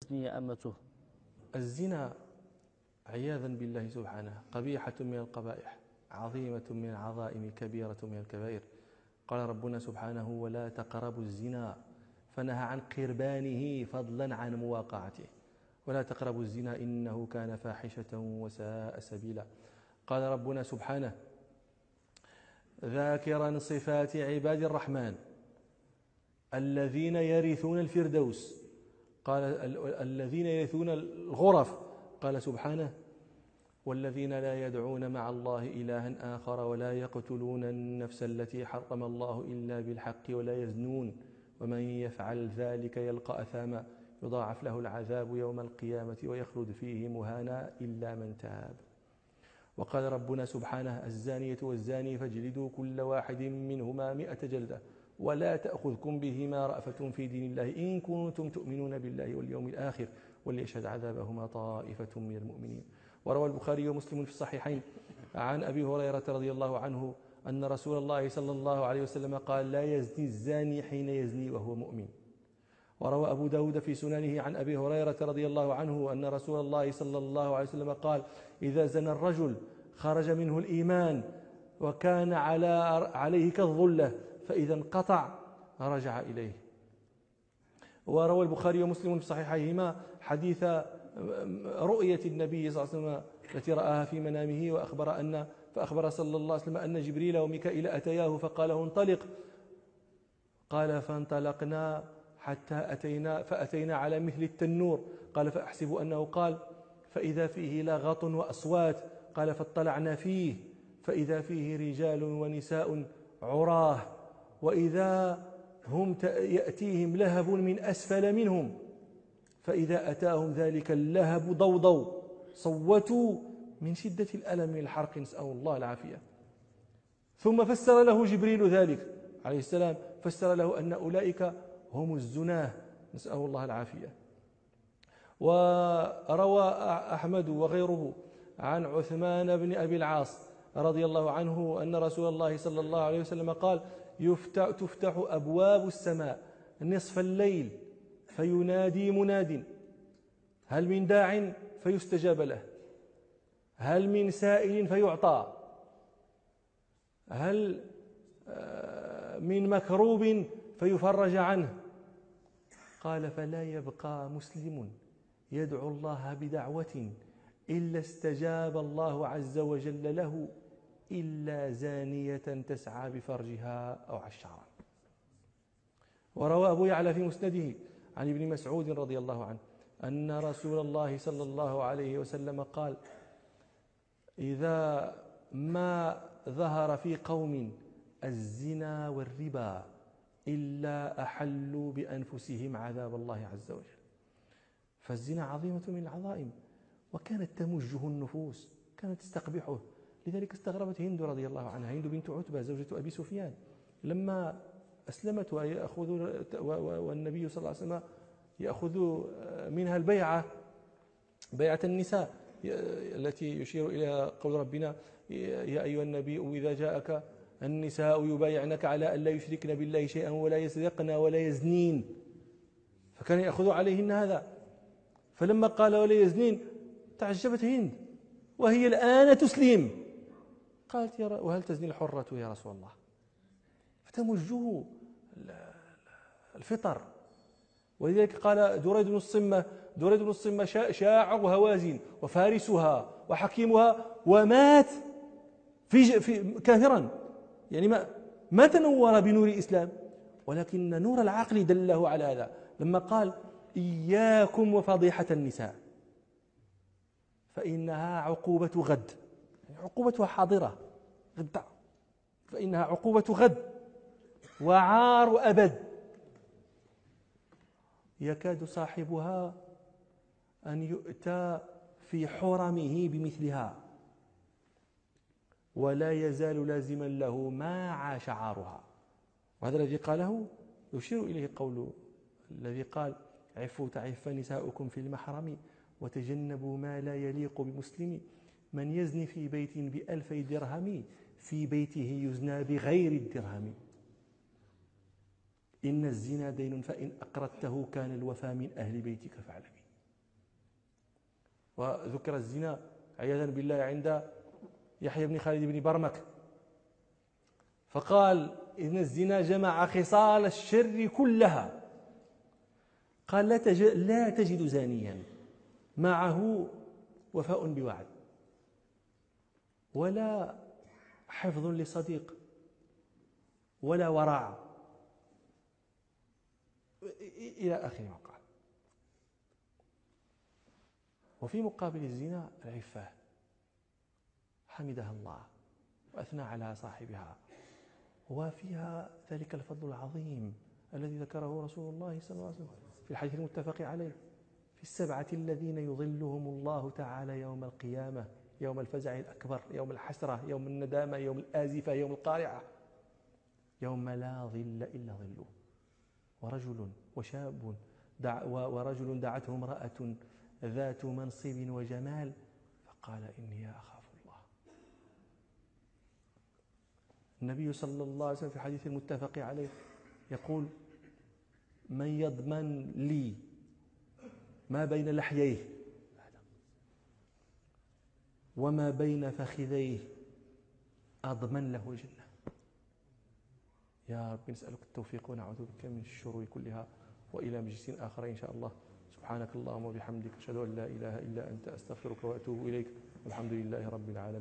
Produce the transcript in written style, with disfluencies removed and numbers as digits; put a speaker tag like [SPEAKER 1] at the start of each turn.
[SPEAKER 1] أمته.
[SPEAKER 2] الزنا عياذا بالله سبحانه قبيحة من القبائح، عظيمة من العظائم، كبيرة من الكبائر. قال ربنا سبحانه: ولا تقربوا الزنا، فنهى عن قربانه فضلا عن مواقعته. ولا تقربوا الزنا إنه كان فاحشة وساء سبيلا. قال ربنا سبحانه ذاكرا صفات عباد الرحمن الذين يرثون الفردوس، قال الذين يرثون الغرف، قال سبحانه: والذين لا يدعون مع الله إلها آخر ولا يقتلون النفس التي حرم الله إلا بالحق ولا يزنون ومن يفعل ذلك يلقى أثاما يضاعف له العذاب يوم القيامة ويخلد فيه مهانا إلا من تاب. وقال ربنا سبحانه: الزانية والزاني فاجلدوا كل واحد منهما 100 جلدة ولا تأخذكم بهما رأفة في دين الله إن كنتم تؤمنون بالله واليوم الآخر وليشهد عذابهما طائفة من المؤمنين. وروى البخاري ومسلم في الصحيحين عن أبي هريرة رضي الله عنه أن رسول الله صلى الله عليه وسلم قال: لا يزني الزاني حين يزني وهو مؤمن. وروى أبو داود في سننه عن أبي هريرة رضي الله عنه أن رسول الله صلى الله عليه وسلم قال: إذا زنى الرجل خرج منه الإيمان وكان عليه كالظلة فإذا انقطع رجع إليه. وروى البخاري ومسلم في صحيحيهما حديث رؤية النبي صلى الله عليه وسلم التي رآها في منامه فأخبر صلى الله عليه وسلم أن جبريل وميكائيل أتياه فقال: انطلق. قال: فانطلقنا حتى فأتينا على مثل التنور. قال: فأحسب أنه قال: فإذا فيه لغط وأصوات. قال: فاطلعنا فيه فإذا فيه رجال ونساء عراه وإذا هم يأتيهم لهب من أسفل منهم فإذا أتاهم ذلك اللهب ضوضوا صوتوا من شدة الألم من الحرق، نسأل الله العافية. ثم فسر له جبريل ذلك عليه السلام، فسر له أن أولئك هم الزناه، نسأل الله العافية. وروى أحمد وغيره عن عثمان بن أبي العاص رضي الله عنه أن رسول الله صلى الله عليه وسلم قال: تفتح أبواب السماء نصف الليل فينادي مناد: هل من داع فيستجاب له، هل من سائل فيعطى، هل من مكروب فيفرج عنه. قال: فلا يبقى مسلم يدعو الله بدعوة إلا استجاب الله عز وجل له إلا زانية تسعى بفرجها أو عشارا. وروى أبو يعلى في مسنده عن ابن مسعود رضي الله عنه أن رسول الله صلى الله عليه وسلم قال: إذا ما ظهر في قوم الزنا والربا إلا أحلوا بأنفسهم عذاب الله عز وجل. فالزنا عظيمة من العظائم وكانت تمجه النفوس، كانت تستقبحه. لذلك استغربت هند رضي الله عنها، هند بنت عتبة زوجة أبي سفيان، لما أسلمت والنبي صلى الله عليه وسلم يأخذ منها البيعة، بيعة النساء التي يشير إلى قول ربنا: يا أيها النبي إذا جاءك النساء يبايعنك على أن لا يشركن بالله شيئا ولا يسرقن ولا يزنين، فكان يأخذ عليهن هذا. فلما قال ولا يزنين تعجبت هند وهي الآن تسلم، قالت: وهل تزني الحرة يا رسول الله؟ فتمجه الفطر. ولذلك قال دريد بن الصمة شاعر هوازن وفارسها وحكيمها ومات في كافرا، يعني ما تنور بنور الإسلام، ولكن نور العقل دله على هذا لما قال: إياكم وفضيحة النساء فإنها عقوبة غد، يعني عقوبتها حاضرة غدا، فإنها عقوبة غد وعار أبد، يكاد صاحبها أن يؤتى في حرمه بمثلها ولا يزال لازما له ما عاش عارها. وهذا الذي قاله يشير إليه قول الذي قال: عفوا تعف نساؤكم في المحرم وتجنبوا ما لا يليق بمسلم، من يزني في بيت ب1000 درهم في بيته يزنى بغير الدرهم، إن الزنا دين فإن أقرضته كان الوفى من أهل بيتك فاعلمي. وذكر الزنا عياذا بالله عند يحيى بن خالد بن برمك، فقال إن الزنا جمع خصال الشر كلها. قال لا تجد زانيا معه وفاء بوعد ولا حفظ لصديق ولا ورع إلى آخر ما قال. وفي مقابل الزنا العفة، حمدها الله وأثنى على صاحبها، وفيها ذلك الفضل العظيم الذي ذكره رسول الله صلى الله عليه وسلم في الحديث المتفق عليه في السبعة الذين يظلهم الله تعالى يوم القيامة، يوم الفزع الأكبر، يوم الحسرة، يوم الندامة، يوم الآزفة، يوم القارعة، يوم لا ظل إلا ظله. ورجل وشاب ورجل دعته امرأة ذات منصب وجمال فقال إني أخاف الله. النبي صلى الله عليه وسلم في الحديث المتفق عليه يقول: من يضمن لي ما بين لحييه وما بين فخذيه أضمن له الجنة. يا رب نسألك التوفيق ونعوذ بك من الشرور كلها. وإلى مجلس آخر إن شاء الله. سبحانك اللهم وبحمدك، أشهد أن لا إله إلا أنت، أستغفرك وأتوب إليك. والحمد لله رب العالمين.